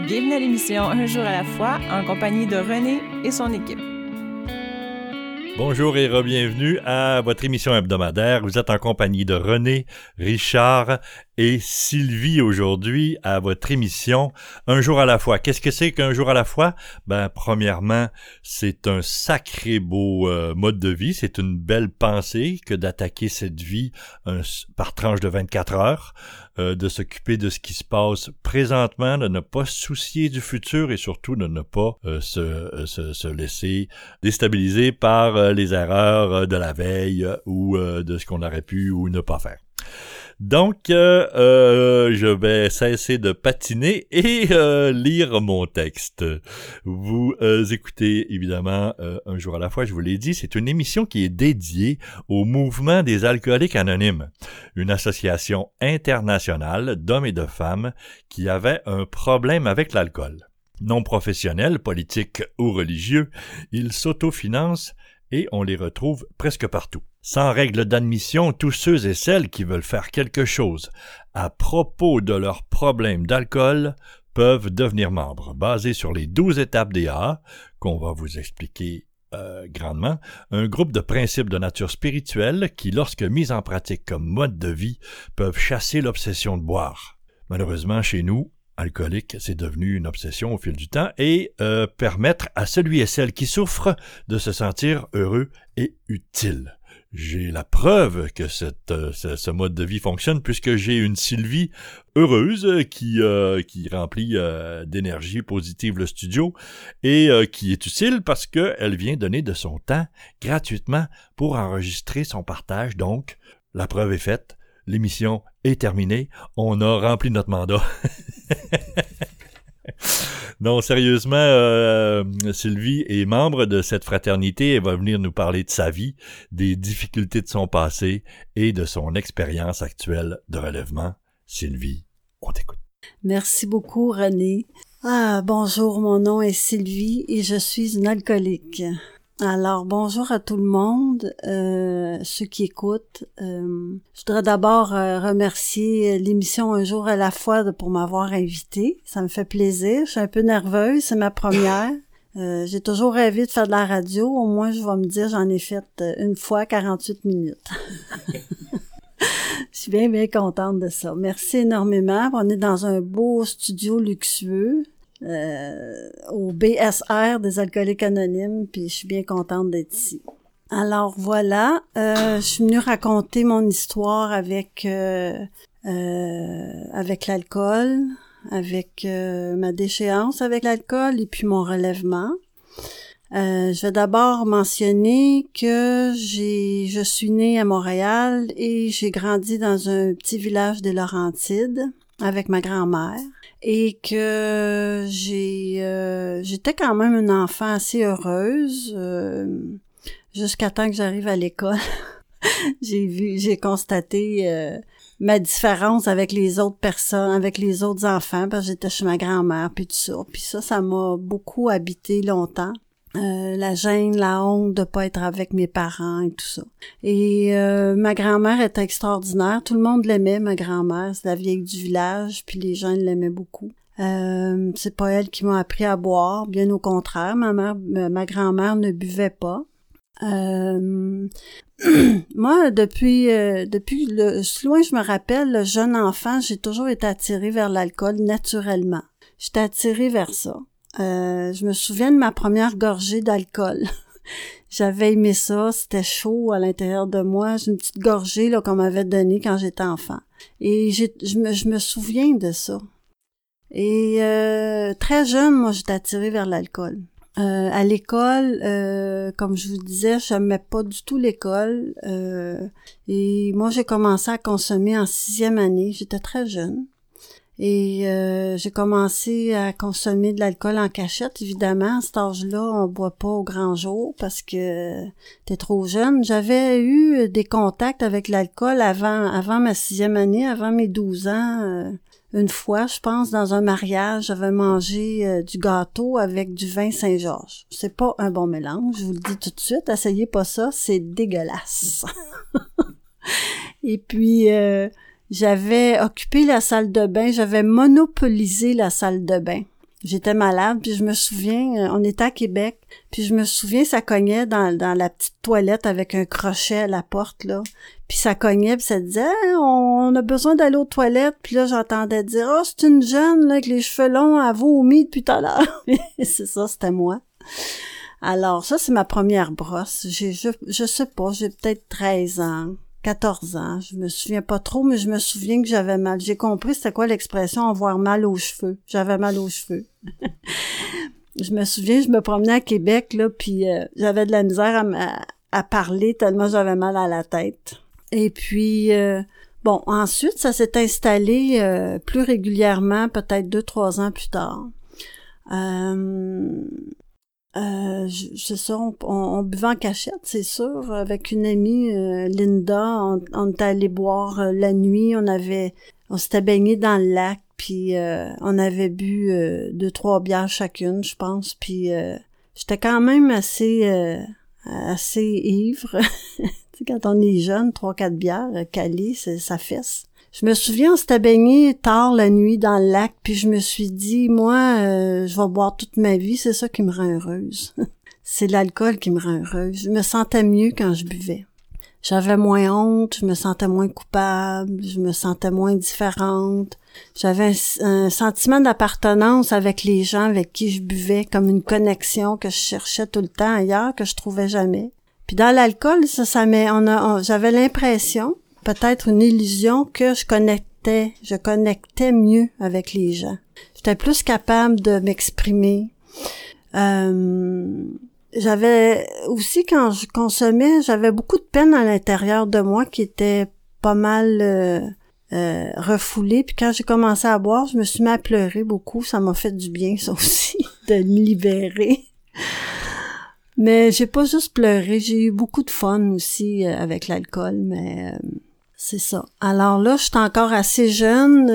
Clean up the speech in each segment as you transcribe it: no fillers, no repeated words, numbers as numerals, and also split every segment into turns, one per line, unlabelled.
Bienvenue à l'émission Un jour à la fois, en compagnie de René et son équipe.
Bonjour et re-bienvenue à votre émission hebdomadaire. Vous êtes en compagnie de René, Richard et Sylvie aujourd'hui à votre émission Un jour à la fois. Qu'est-ce que c'est qu'un jour à la fois? Premièrement, c'est un sacré beau mode de vie. C'est une belle pensée que d'attaquer cette vie par tranche de 24 heures. De s'occuper de ce qui se passe présentement, de ne pas se soucier du futur et surtout de ne pas se laisser déstabiliser par les erreurs de la veille ou de ce qu'on aurait pu ou ne pas faire. Donc, je vais cesser de patiner et lire mon texte. Vous écoutez évidemment Un jour à la fois, je vous l'ai dit, c'est une émission qui est dédiée au mouvement des alcooliques anonymes, une association internationale d'hommes et de femmes qui avaient un problème avec l'alcool. Non professionnels, politiques ou religieux, ils s'autofinancent et on les retrouve presque partout. Sans règle d'admission, tous ceux et celles qui veulent faire quelque chose à propos de leurs problèmes d'alcool peuvent devenir membres, basés sur les 12 étapes des A, qu'on va vous expliquer grandement, un groupe de principes de nature spirituelle qui, lorsque mis en pratique comme mode de vie, peuvent chasser l'obsession de boire. Malheureusement, chez nous, alcoolique, c'est devenu une obsession au fil du temps et permettre à celui et celle qui souffrent de se sentir heureux et utile. J'ai la preuve que ce mode de vie fonctionne puisque j'ai une Sylvie heureuse qui remplit d'énergie positive le studio et qui est utile parce qu'elle vient donner de son temps gratuitement pour enregistrer son partage. Donc, la preuve est faite. L'émission est terminée. On a rempli notre mandat. Non, sérieusement, Sylvie est membre de cette fraternité et va venir nous parler de sa vie, des difficultés de son passé et de son expérience actuelle de relèvement. Sylvie, on t'écoute.
Merci beaucoup, René. Bonjour, mon nom est Sylvie et je suis une alcoolique. Alors, bonjour à tout le monde, ceux qui écoutent. Je voudrais d'abord remercier l'émission Un jour à la fois pour m'avoir invitée. Ça me fait plaisir. Je suis un peu nerveuse, c'est ma première. J'ai toujours rêvé de faire de la radio. Au moins, je vais me dire, j'en ai fait une fois 48 minutes. Je suis bien, bien contente de ça. Merci énormément. On est dans un beau studio luxueux. Au BSR des alcooliques anonymes, puis je suis bien contente d'être ici. Alors voilà, je suis venue raconter mon histoire avec l'alcool, avec ma déchéance avec l'alcool et puis mon relèvement. Je vais d'abord mentionner que je suis née à Montréal et j'ai grandi dans un petit village des Laurentides avec ma grand-mère. Et que j'étais quand même une enfant assez heureuse jusqu'à temps que j'arrive à l'école. J'ai constaté ma différence avec les autres personnes, avec les autres enfants, parce que j'étais chez ma grand-mère puis tout ça. Puis ça m'a beaucoup habité longtemps. La gêne, la honte de pas être avec mes parents et tout ça. Et ma grand-mère était extraordinaire. Tout le monde l'aimait, ma grand-mère. C'est la vieille du village, puis les gens l'aimaient beaucoup. C'est pas elle qui m'a appris à boire, bien au contraire. Ma grand-mère ne buvait pas. Moi, depuis loin je me rappelle, le jeune enfant, j'ai toujours été attirée vers l'alcool naturellement. J'étais attirée vers ça. Je me souviens de ma première gorgée d'alcool. J'avais aimé ça, c'était chaud à l'intérieur de moi. J'ai une petite gorgée là qu'on m'avait donnée quand j'étais enfant. Et je me souviens de ça. Et très jeune, moi, j'étais attirée vers l'alcool. À l'école, comme je vous disais, je n'aimais pas du tout l'école. Et moi, j'ai commencé à consommer en 6e année. J'étais très jeune. Et j'ai commencé à consommer de l'alcool en cachette, évidemment. À cet âge-là, on boit pas au grand jour parce que t'es trop jeune. J'avais eu des contacts avec l'alcool avant ma 6e année, avant mes 12 ans. Une fois, je pense, dans un mariage, j'avais mangé du gâteau avec du vin Saint-Georges. C'est pas un bon mélange, je vous le dis tout de suite. Essayez pas ça, c'est dégueulasse. Et puis... j'avais occupé la salle de bain, j'avais monopolisé la salle de bain. J'étais malade, puis je me souviens, on était à Québec, puis je me souviens, ça cognait dans la petite toilette avec un crochet à la porte, là. Puis ça cognait, puis ça disait hey, on a besoin d'aller aux toilettes. Puis là, j'entendais dire « Oh, c'est une jeune, là, avec les cheveux longs, à vomi depuis tout à l'heure. » C'est ça, c'était moi. Alors, ça, c'est ma première brosse. Je sais pas, j'ai peut-être 13 ans. 14 ans, je me souviens pas trop, mais je me souviens que j'avais mal. J'ai compris c'était quoi l'expression avoir mal aux cheveux. J'avais mal aux cheveux. Je me souviens, je me promenais à Québec, là, puis j'avais de la misère à parler tellement j'avais mal à la tête. Et puis, bon, ensuite, ça s'est installé plus régulièrement, peut-être 2-3 ans plus tard. C'est ça, on buvait en cachette, c'est sûr, avec une amie, Linda, on était allé boire la nuit, on s'était baigné dans le lac, puis on avait bu 2-3 bières chacune, je pense, puis j'étais quand même assez ivre. Tu sais, quand on est jeune, 3-4 bières, calées, ça fesse. Je me souviens, on s'était baigné tard la nuit dans le lac, puis je me suis dit, moi, je vais boire toute ma vie, c'est ça qui me rend heureuse. C'est l'alcool qui me rend heureuse. Je me sentais mieux quand je buvais. J'avais moins honte, je me sentais moins coupable, je me sentais moins différente. J'avais un sentiment d'appartenance avec les gens avec qui je buvais, comme une connexion que je cherchais tout le temps ailleurs, que je trouvais jamais. Puis dans l'alcool, j'avais l'impression, peut-être une illusion, que je connectais mieux avec les gens. J'étais plus capable de m'exprimer. J'avais aussi, quand je consommais, j'avais beaucoup de peine à l'intérieur de moi qui était pas mal refoulée. Puis quand j'ai commencé à boire, je me suis mis à pleurer beaucoup. Ça m'a fait du bien, ça aussi, de me libérer. Mais j'ai pas juste pleuré, j'ai eu beaucoup de fun aussi avec l'alcool, mais c'est ça. Alors là, je suis encore assez jeune.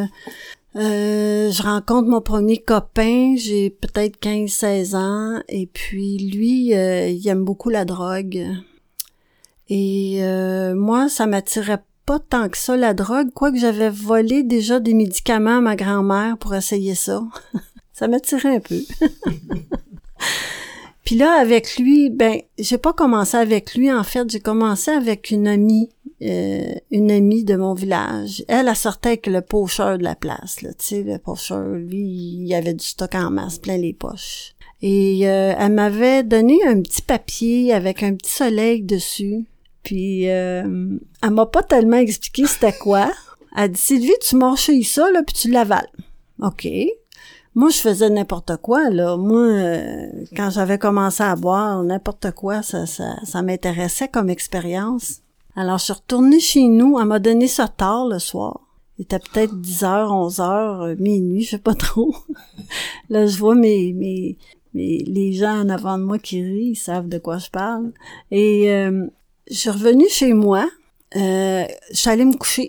Je rencontre mon premier copain, j'ai peut-être 15-16 ans, et puis lui, il aime beaucoup la drogue. Et moi, ça m'attirait pas tant que ça, la drogue, quoique j'avais volé déjà des médicaments à ma grand-mère pour essayer ça. Ça m'attirait un peu. Puis là, avec lui, j'ai pas commencé avec lui, en fait, j'ai commencé avec une amie de mon village. Elle sortait avec le pocheur de la place, là, tu sais, le pocheur, lui, il avait du stock en masse, plein les poches. Et elle m'avait donné un petit papier avec un petit soleil dessus, puis elle m'a pas tellement expliqué c'était quoi. Elle dit, Sylvie, tu mâchais ça, là, puis tu l'avales. OK. Moi, je faisais n'importe quoi, là. Moi, quand j'avais commencé à boire, n'importe quoi, ça m'intéressait comme expérience. Alors, je suis retournée chez nous. Elle m'a donné ça tard le soir. Il était peut-être 10h, 11h, minuit, je sais pas trop. Là, je vois les gens en avant de moi qui rient, ils savent de quoi je parle. Et je suis revenue chez moi. Je suis allée me coucher.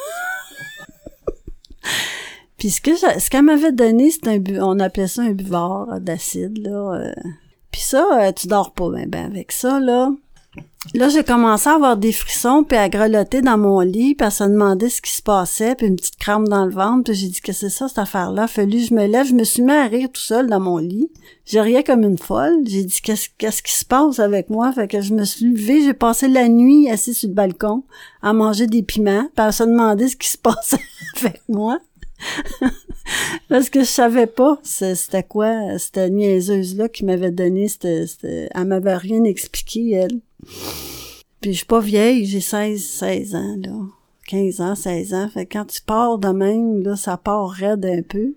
Puis ce qu'elle m'avait donné, on appelait ça un buvard d'acide, là. Puis ça, tu dors pas ben avec ça, là. Là, j'ai commencé à avoir des frissons, puis à grelotter dans mon lit, puis à se demander ce qui se passait, puis une petite crampe dans le ventre, puis j'ai dit que c'est ça, cette affaire-là. Fallu que je me lève, je me suis mis à rire tout seul dans mon lit. J'ai riais comme une folle. J'ai dit, qu'est-ce qui se passe avec moi? Fait que je me suis levée, j'ai passé la nuit assise sur le balcon, à manger des piments, puis à se demander ce qui se passait avec moi. Parce que je savais pas c'était quoi cette niaiseuse-là qui m'avait donné elle m'avait rien expliqué, elle. Puis je suis pas vieille, j'ai 16 ans, là. 15 ans, 16 ans. Fait que quand tu pars de même, là, ça part raide un peu.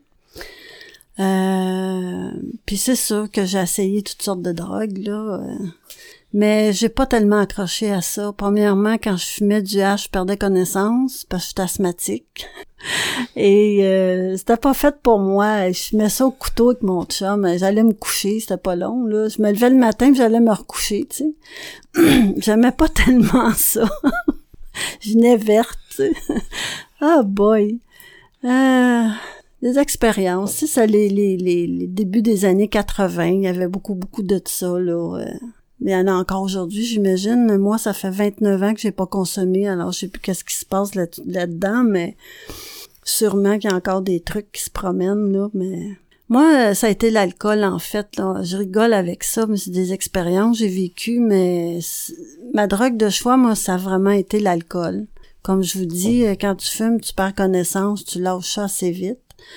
Puis c'est sûr que j'ai essayé toutes sortes de drogues, là. Mais j'ai pas tellement accroché à ça. Premièrement, quand je fumais du hash, je perdais connaissance parce que j'étais asthmatique. Et c'était pas fait pour moi. Je fumais ça au couteau avec mon chum. J'allais me coucher, c'était pas long, là. Je me levais le matin puis j'allais me recoucher, tu sais. J'aimais pas tellement ça. Je venais verte, tu sais. Ah boy! Des expériences. Tu sais, ça, les débuts des années 80, il y avait beaucoup de ça, là. Mais il y en a encore aujourd'hui, j'imagine. Moi, ça fait 29 ans que j'ai pas consommé, alors je sais plus qu'est-ce qui se passe là-dedans, mais sûrement qu'il y a encore des trucs qui se promènent, là. Mais Moi, ça a été l'alcool, en fait. Là. Je rigole avec ça, mais c'est des expériences que j'ai vécues, mais ma drogue de choix, moi, ça a vraiment été l'alcool. Comme je vous dis, quand tu fumes, tu perds connaissance, tu lâches ça assez vite.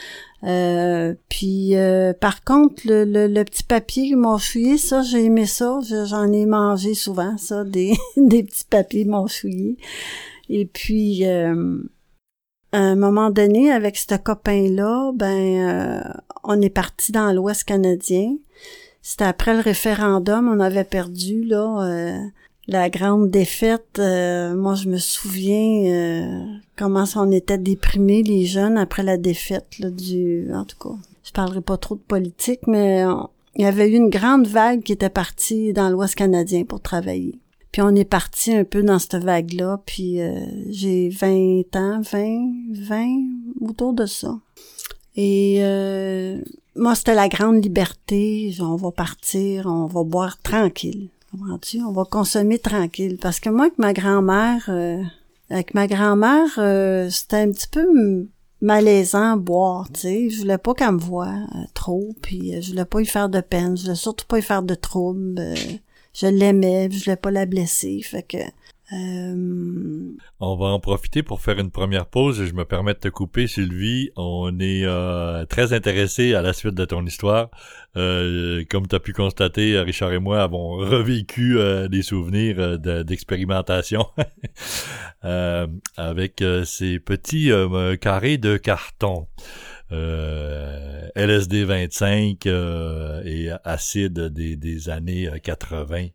Puis par contre, le petit papier mâchouillé, ça, j'ai aimé ça. J'en ai mangé souvent, ça, des petits papiers mâchouillés. Et puis, à un moment donné, avec ce copain-là, on est parti dans l'Ouest canadien. C'était après le référendum, on avait perdu, là, la grande défaite. Moi, je me souviens comment on était déprimés, les jeunes, après la défaite, là, en tout cas, je parlerai pas trop de politique, mais il y avait eu une grande vague qui était partie dans l'Ouest canadien pour travailler. Puis on est parti un peu dans cette vague-là, puis j'ai 20 ans, 20, autour de ça. Et moi, c'était la grande liberté. On va partir, on va boire tranquille. Comprends-tu? On va consommer tranquille. Parce que moi, avec ma grand-mère, c'était un petit peu malaisant boire, tu sais. Je voulais pas qu'elle me voie trop, puis je voulais pas y faire de peine. Je voulais surtout pas y faire de trouble. Je l'aimais, je voulais pas la blesser. Fait que...
On va en profiter pour faire une première pause. Je me permets de te couper, Sylvie. On est très intéressés à la suite de ton histoire. Comme tu as pu constater, Richard et moi avons revécu des souvenirs d'expérimentation avec ces petits carrés de carton. LSD 25 et acide des années 80.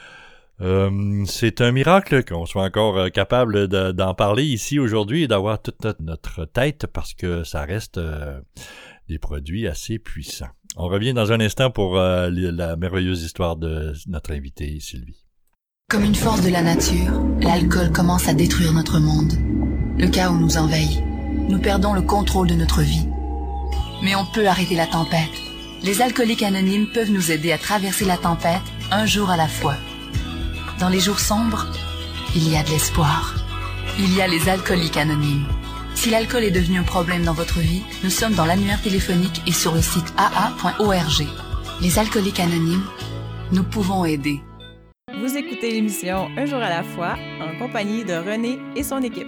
C'est un miracle qu'on soit encore capable d'en parler ici aujourd'hui et d'avoir toute notre tête parce que ça reste des produits assez puissants. On revient dans un instant pour la merveilleuse histoire de notre invitée Sylvie.
Comme une force de la nature, l'alcool commence à détruire notre monde. Le chaos nous envahit. Nous perdons le contrôle de notre vie. Mais on peut arrêter la tempête. Les alcooliques anonymes peuvent nous aider à traverser la tempête un jour à la fois. Dans les jours sombres, il y a de l'espoir. Il y a les alcooliques anonymes. Si l'alcool est devenu un problème dans votre vie, nous sommes dans l'annuaire téléphonique et sur le site aa.org. Les alcooliques anonymes, nous pouvons aider.
Vous écoutez l'émission Un jour à la fois en compagnie de René et son équipe.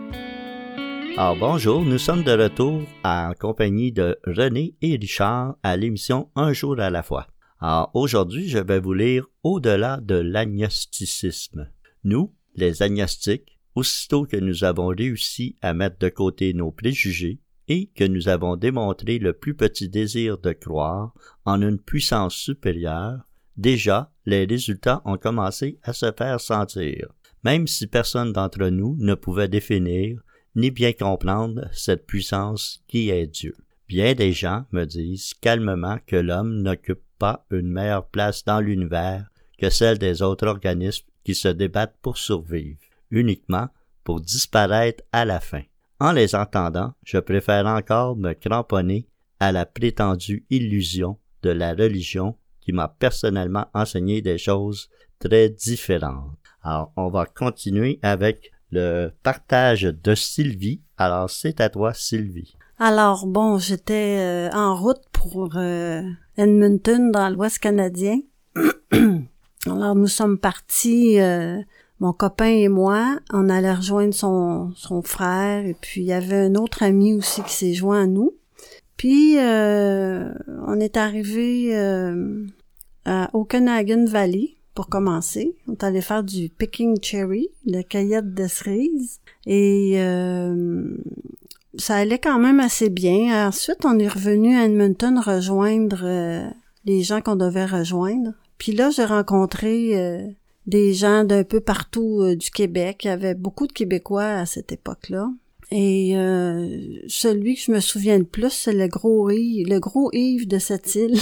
Alors bonjour, nous sommes de retour en compagnie de René et Richard à l'émission Un jour à la fois. Alors aujourd'hui, je vais vous lire Au-delà de l'agnosticisme. Nous, les agnostiques, aussitôt que nous avons réussi à mettre de côté nos préjugés et que nous avons démontré le plus petit désir de croire en une puissance supérieure, déjà les résultats ont commencé à se faire sentir, même si personne d'entre nous ne pouvait définir ni bien comprendre cette puissance qui est Dieu. Bien des gens me disent calmement que l'homme n'occupe pas une meilleure place dans l'univers que celle des autres organismes qui se débattent pour survivre, uniquement pour disparaître à la fin. En les entendant, je préfère encore me cramponner à la prétendue illusion de la religion qui m'a personnellement enseigné des choses très différentes. Alors, on va continuer avec le partage de Sylvie. Alors, c'est à toi, Sylvie.
Alors, bon, j'étais en route pour Edmonton, dans l'Ouest canadien. Alors, nous sommes partis, mon copain et moi, on allait rejoindre son frère, et puis il y avait un autre ami aussi qui s'est joint à nous. Puis, on est arrivé à Okanagan Valley, pour commencer. On est allé faire du picking cherry, la cueillette de cerises, et ça allait quand même assez bien. Ensuite, on est revenu à Edmonton rejoindre les gens qu'on devait rejoindre. Puis là, j'ai rencontré des gens d'un peu partout du Québec. Il y avait beaucoup de Québécois à cette époque-là. Et celui que je me souviens le plus, c'est le gros Yves de cette île.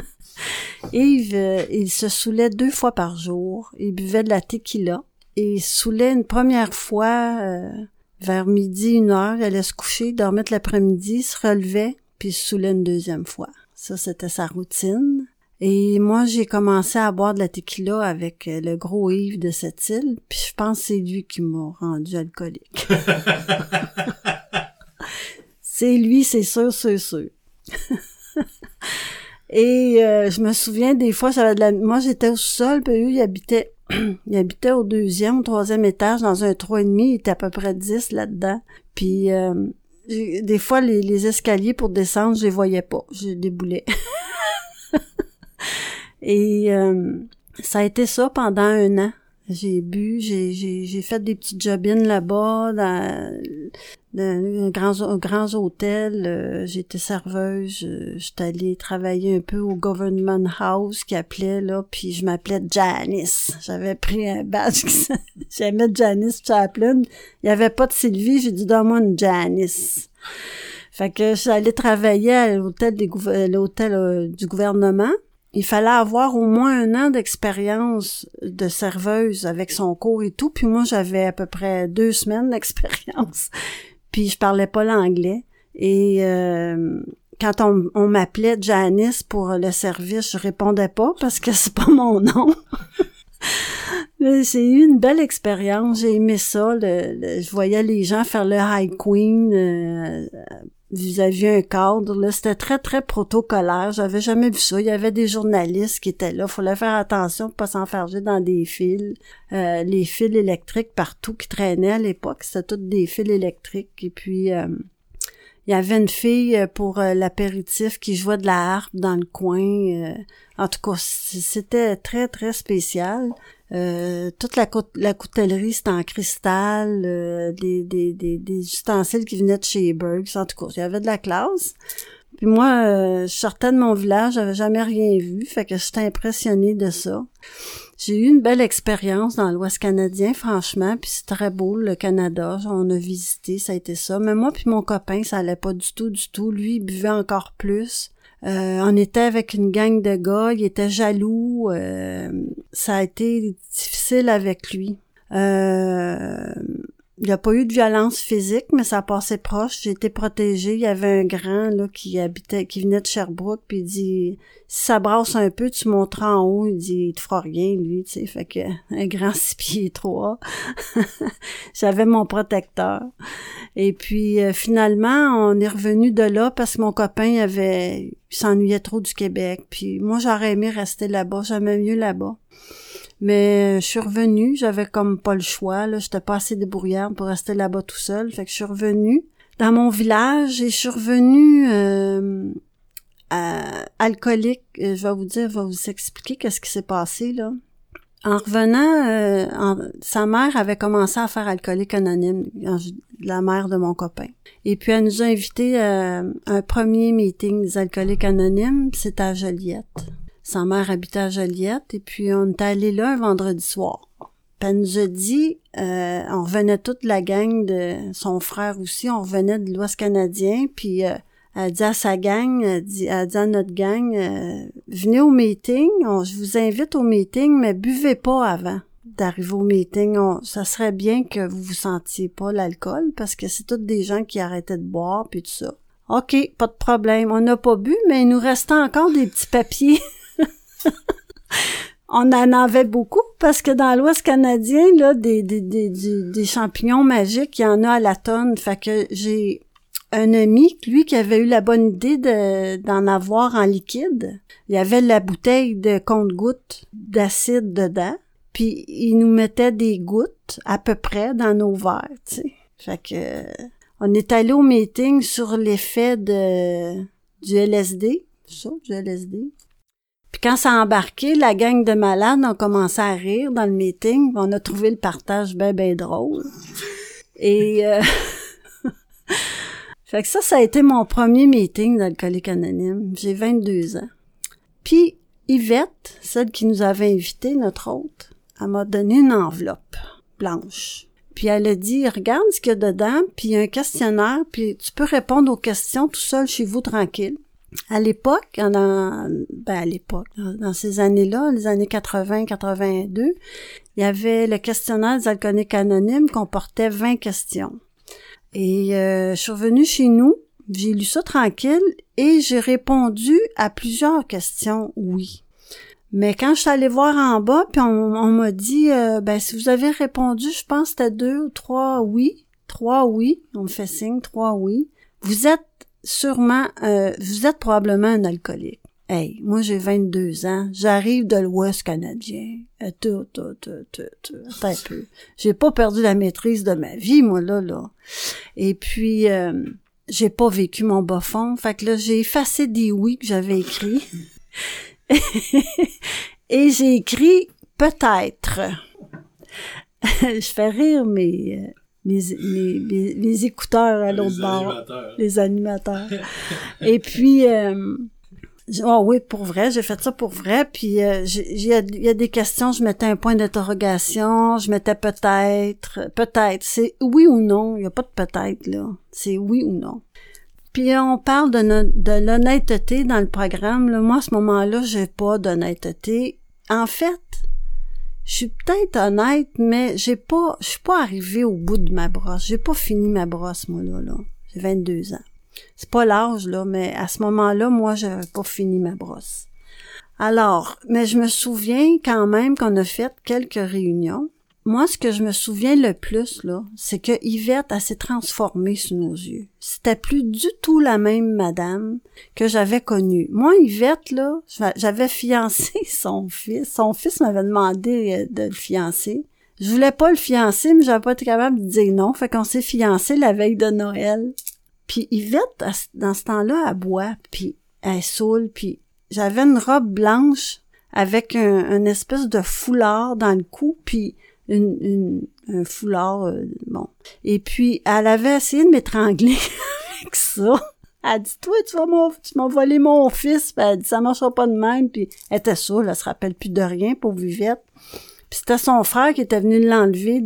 Yves, il se saoulait 2 fois par jour. Il buvait de la tequila. Et il saoulait une première fois vers midi, 1h. Il allait se coucher, dormait l'après-midi, il se relevait, puis il se saoulait une 2e fois. Ça, c'était sa routine. Et moi, j'ai commencé à boire de la tequila avec le gros Yves de cette île, puis je pense que c'est lui qui m'a rendu alcoolique. C'est lui, c'est sûr, c'est sûr. Et je me souviens des fois, moi j'étais au sous-sol, puis eux, ils habitaient au 2e, au 3e étage, dans un 3,5, il était à peu près 10 là-dedans. Puis des fois, les escaliers pour descendre, je les voyais pas, je déboulais. Et ça a été ça pendant 1 an. J'ai bu, j'ai fait des petites jobines là-bas, dans grands hôtels. J'étais serveuse. J'étais allée travailler un peu au Government House, qui appelait, là, puis je m'appelais Janice. J'avais pris un badge j'aimais Janice Chaplin. Il y avait pas de Sylvie, j'ai dit, donne-moi une Janice. Fait que je suis allée travailler à l'hôtel du gouvernement. Il fallait avoir au moins 1 an d'expérience de serveuse avec son cours et tout. Puis moi, j'avais à peu près 2 semaines d'expérience. Puis je parlais pas l'anglais. Et quand on m'appelait Janice pour le service, je répondais pas parce que c'est pas mon nom. Mais j'ai eu une belle expérience. J'ai aimé ça. Je voyais les gens faire le High Queen vis-à-vis un cadre, là, c'était très, très protocolaire. J'avais jamais vu ça. Il y avait des journalistes qui étaient là. Il fallait faire attention pour pas s'enfarger dans des fils. Les fils électriques partout qui traînaient à l'époque, c'était toutes des fils électriques. Et puis, il y avait une fille pour l'apéritif qui jouait de la harpe dans le coin. En tout cas, c'était très, très spécial. Toute la coutellerie, c'était en cristal, des ustensiles qui venaient de chez Burgs. En tout cas, il y avait de la classe. Puis moi, je sortais de mon village, j'avais jamais rien vu, fait que j'étais impressionnée de ça. J'ai eu une belle expérience dans l'Ouest canadien, franchement, puis c'est très beau, le Canada. On a visité, ça a été ça. Mais moi puis mon copain, ça allait pas du tout. Lui, il buvait encore plus. On était avec une gang de gars, il était jaloux, ça a été difficile avec lui. Il n'y a pas eu de violence physique, mais ça passait proche. J'ai été protégée. Il y avait un grand là qui venait de Sherbrooke, puis il dit, si ça brasse un peu, tu montes en haut. Il dit, il te fera rien, lui, tu sais. Fait que un grand 6'3". J'avais mon protecteur. Et puis finalement, on est revenu de là parce que mon copain il s'ennuyait trop du Québec. Puis moi, j'aurais aimé rester là-bas. J'aimais mieux là-bas. Mais je suis revenue, j'avais comme pas le choix, là, j'étais pas assez débrouillarde pour rester là-bas tout seul, fait que je suis revenue dans mon village et je suis revenue alcoolique. Je vais vous expliquer qu'est-ce qui s'est passé là. En revenant, sa mère avait commencé à faire Alcoolique Anonyme, la mère de mon copain. Et puis elle nous a invités à un premier meeting des Alcooliques Anonymes, c'était à Joliette. Sa mère habitait à Joliette, et puis on est allé là un vendredi soir. Puis elle nous a dit, on revenait toute la gang de son frère aussi, on revenait de l'Ouest canadien, puis elle dit à sa gang, elle dit à notre gang, venez au meeting, je vous invite au meeting, mais buvez pas avant d'arriver au meeting. Ça serait bien que vous sentiez pas l'alcool, parce que c'est tous des gens qui arrêtaient de boire, puis tout ça. OK, pas de problème, on n'a pas bu, mais il nous restait encore des petits papiers. On en avait beaucoup parce que dans l'Ouest canadien, là, des champignons magiques, il y en a à la tonne. Fait que j'ai un ami, lui, qui avait eu la bonne idée d'en avoir en liquide. Il y avait la bouteille de compte-gouttes d'acide dedans. Puis il nous mettait des gouttes à peu près dans nos verres, tu sais. Fait que on est allé au meeting sur l'effet du LSD. Ça, du LSD. Puis quand ça a embarqué, la gang de malades ont commencé à rire dans le meeting. On a trouvé le partage ben drôle. Et fait que ça a été mon premier meeting d'Alcoolique Anonyme. J'ai 22 ans. Puis Yvette, celle qui nous avait invités, notre hôte, elle m'a donné une enveloppe blanche. Puis elle a dit, regarde ce qu'il y a dedans, puis il y a un questionnaire, puis tu peux répondre aux questions tout seul chez vous tranquille. À l'époque, dans ces années-là, les années 80-82, il y avait le questionnaire des Alcooliques Anonymes qui comportait 20 questions. Et je suis revenue chez nous, j'ai lu ça tranquille et j'ai répondu à plusieurs questions oui. Mais quand je suis allée voir en bas, puis on m'a dit, si vous avez répondu, je pense que c'était 2 ou 3 oui. 3 oui, on me fait signe, 3 oui. Vous êtes probablement un alcoolique. Hey, moi j'ai 22 ans, j'arrive de l'Ouest canadien. Attends un peu. J'ai pas perdu la maîtrise de ma vie, moi, là. Et puis, j'ai pas vécu mon bas fond. Fait que là, j'ai effacé des oui que j'avais écrits. Et j'ai écrit « peut-être ». Je fais rire mes écouteurs à l'autre bord. Les animateurs. Et puis... oui, pour vrai, j'ai fait ça pour vrai, puis il y a des questions, je mettais un point d'interrogation, je mettais peut-être, c'est oui ou non, il y a pas de peut-être, là, c'est oui ou non. Puis on parle de l'honnêteté dans le programme, là. Moi, à ce moment-là, j'ai pas d'honnêteté. En fait, je suis peut-être honnête, mais je suis pas arrivée au bout de ma brosse, j'ai pas fini ma brosse, moi, là, j'ai 22 ans. C'est pas l'âge, là, mais à ce moment-là, moi, j'avais pas fini ma brosse. Alors, mais je me souviens quand même qu'on a fait quelques réunions. Moi, ce que je me souviens le plus, là, c'est que Yvette, elle s'est transformée sous nos yeux. C'était plus du tout la même madame que j'avais connue. Moi, Yvette, là, j'avais fiancé son fils. Son fils m'avait demandé de le fiancer. Je voulais pas le fiancer, mais j'avais pas été capable de dire non. Fait qu'on s'est fiancés la veille de Noël. Puis Yvette, dans ce temps-là, elle boit, puis elle saoule, puis j'avais une robe blanche avec un espèce de foulard dans le cou, puis un foulard, bon. Et puis, elle avait essayé de m'étrangler avec ça. Elle dit, toi, tu m'as volé mon fils, puis elle dit, ça marchera pas de même, puis elle était saoule, elle se rappelle plus de rien, pauvre Yvette. Puis c'était son frère qui était venu l'enlever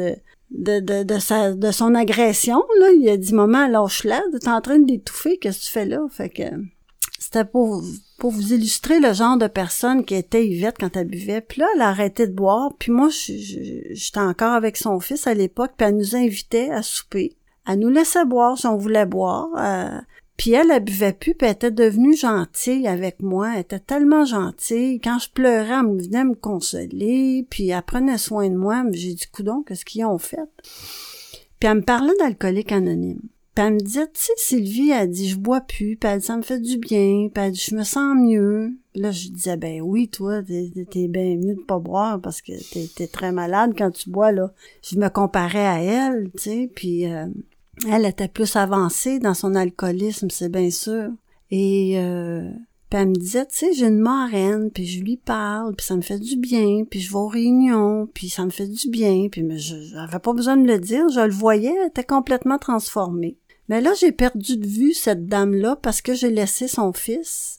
de son agression, là. Il a dit, maman, lâche-la, t'es en train d'étouffer, qu'est-ce que tu fais là? Fait que, c'était pour vous illustrer le genre de personne qui était Yvette quand elle buvait. Puis là, elle a arrêté de boire, puis moi, j'étais encore avec son fils à l'époque, puis elle nous invitait à souper. Elle nous laissait boire si on voulait boire, puis elle buvait plus, puis elle était devenue gentille avec moi. Elle était tellement gentille. Quand je pleurais, elle venait me consoler, puis elle prenait soin de moi. J'ai dit, coudonc, qu'est-ce qu'ils ont fait? Puis elle me parlait d'Alcooliques Anonymes. Puis elle me disait, tu sais, Sylvie, elle dit, je bois plus, puis elle dit, ça me fait du bien, puis elle dit, je me sens mieux. Puis là, je disais, ben oui, toi, t'es bien mieux de pas boire, parce que t'es très malade quand tu bois, là. Je me comparais à elle, tu sais, puis... elle était plus avancée dans son alcoolisme, c'est bien sûr. Et puis elle me disait, tu sais, j'ai une marraine, puis je lui parle, puis ça me fait du bien, puis je vais aux réunions, puis ça me fait du bien, puis mais j'avais pas besoin de le dire, je le voyais, elle était complètement transformée. Mais là, j'ai perdu de vue cette dame-là parce que j'ai laissé son fils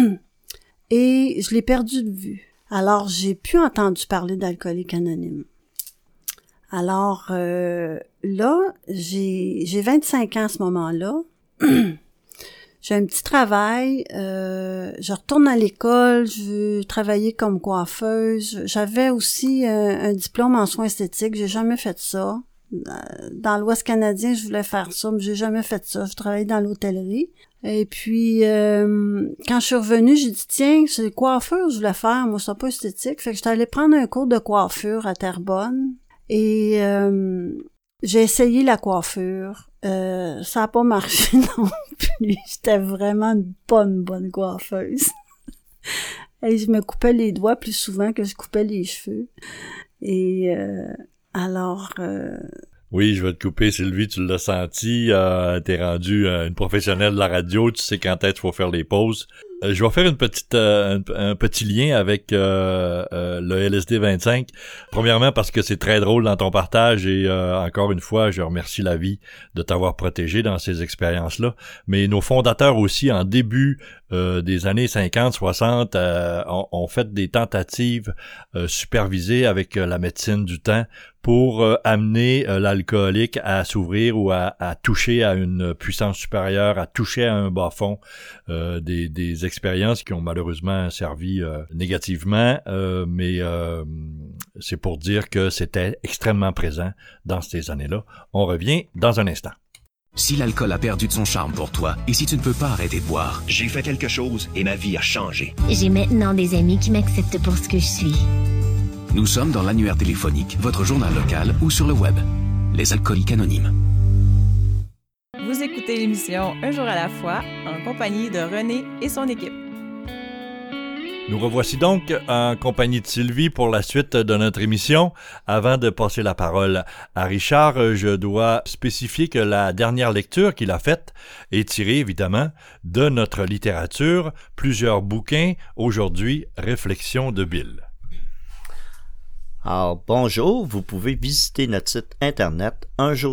et je l'ai perdu de vue. Alors, j'ai plus entendu parler d'Alcooliques Anonymes. Alors, là, j'ai 25 ans à ce moment-là. J'ai un petit travail. Je retourne à l'école. Je veux travailler comme coiffeuse. J'avais aussi un diplôme en soins esthétiques. J'ai jamais fait ça. Dans l'Ouest canadien, je voulais faire ça, mais j'ai jamais fait ça. Je travaillais dans l'hôtellerie. Et puis, quand je suis revenue, j'ai dit, tiens, c'est coiffure je voulais faire. Moi, c'est pas esthétique. Fait que j'étais allée prendre un cours de coiffure à Terrebonne. Et j'ai essayé la coiffure. Ça a pas marché non plus. J'étais vraiment pas une bonne coiffeuse. Et je me coupais les doigts plus souvent que je coupais les cheveux. Et alors...
Oui, je vais te couper, Sylvie, tu l'as senti, t'es rendue une professionnelle de la radio, tu sais quand est-ce qu'il faut faire les pauses. Je vais faire un petit lien avec le LSD 25. Premièrement parce que c'est très drôle dans ton partage et encore une fois, je remercie la vie de t'avoir protégé dans ces expériences-là. Mais nos fondateurs aussi, en début des années 50, 60, ont fait des tentatives supervisées avec la médecine du temps pour amener l'alcoolique à s'ouvrir ou à toucher à une puissance supérieure, à toucher à un bas-fond, des expériences qui ont malheureusement servi négativement, mais c'est pour dire que c'était extrêmement présent dans ces années-là. On revient dans un instant.
Si l'alcool a perdu de son charme pour toi et si tu ne peux pas arrêter de boire, j'ai fait quelque chose et ma vie a changé.
J'ai maintenant des amis qui m'acceptent pour ce que je suis.
Nous sommes dans l'annuaire téléphonique, votre journal local ou sur le web. Les Alcooliques Anonymes.
Vous écoutez l'émission Un jour à la fois en compagnie de René et son équipe.
Nous revoici donc en compagnie de Sylvie pour la suite de notre émission. Avant de passer la parole à Richard, je dois spécifier que la dernière lecture qu'il a faite est tirée évidemment de notre littérature, plusieurs bouquins, aujourd'hui Réflexions de Bill.
Alors, bonjour, vous pouvez visiter notre site internet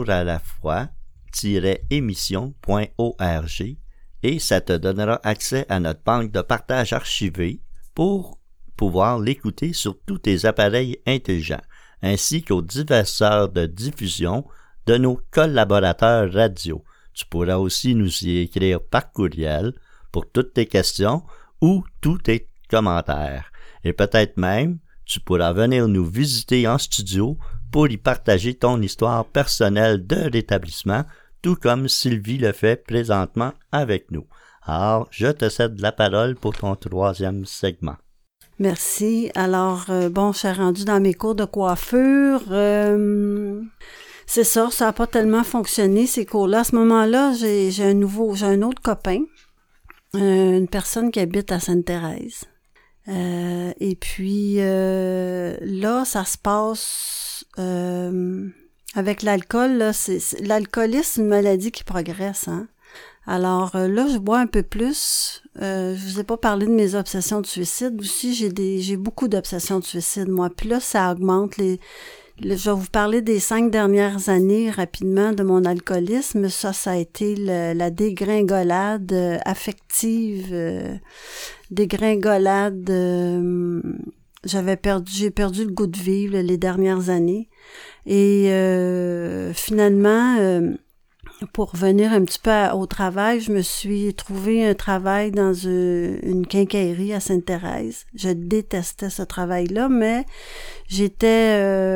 unjouralafoi-émission.org et ça te donnera accès à notre banque de partage archivée pour pouvoir l'écouter sur tous tes appareils intelligents, ainsi qu'aux diverses heures de diffusion de nos collaborateurs radio. Tu pourras aussi nous y écrire par courriel pour toutes tes questions ou tous tes commentaires. Et peut-être même, tu pourras venir nous visiter en studio pour y partager ton histoire personnelle de rétablissement, tout comme Sylvie le fait présentement avec nous. Alors, je te cède la parole pour ton troisième segment.
Merci. Alors, je suis rendue dans mes cours de coiffure. C'est ça n'a pas tellement fonctionné, ces cours-là. À ce moment-là, j'ai un autre copain, une personne qui habite à Sainte-Thérèse. Et puis, là, ça se passe... avec l'alcool, là, l'alcoolisme, c'est une maladie qui progresse, hein. Alors là, je bois un peu plus. Je vous ai pas parlé de mes obsessions de suicide. Aussi, j'ai beaucoup d'obsessions de suicide, moi. Puis là, ça augmente. Je vais vous parler des 5 dernières années rapidement de mon alcoolisme. Ça a été la dégringolade affective, dégringolade. J'ai perdu le goût de vivre les dernières années. Et finalement, pour revenir un petit peu au travail, je me suis trouvé un travail dans une quincaillerie à Sainte-Thérèse. Je détestais ce travail-là, mais j'étais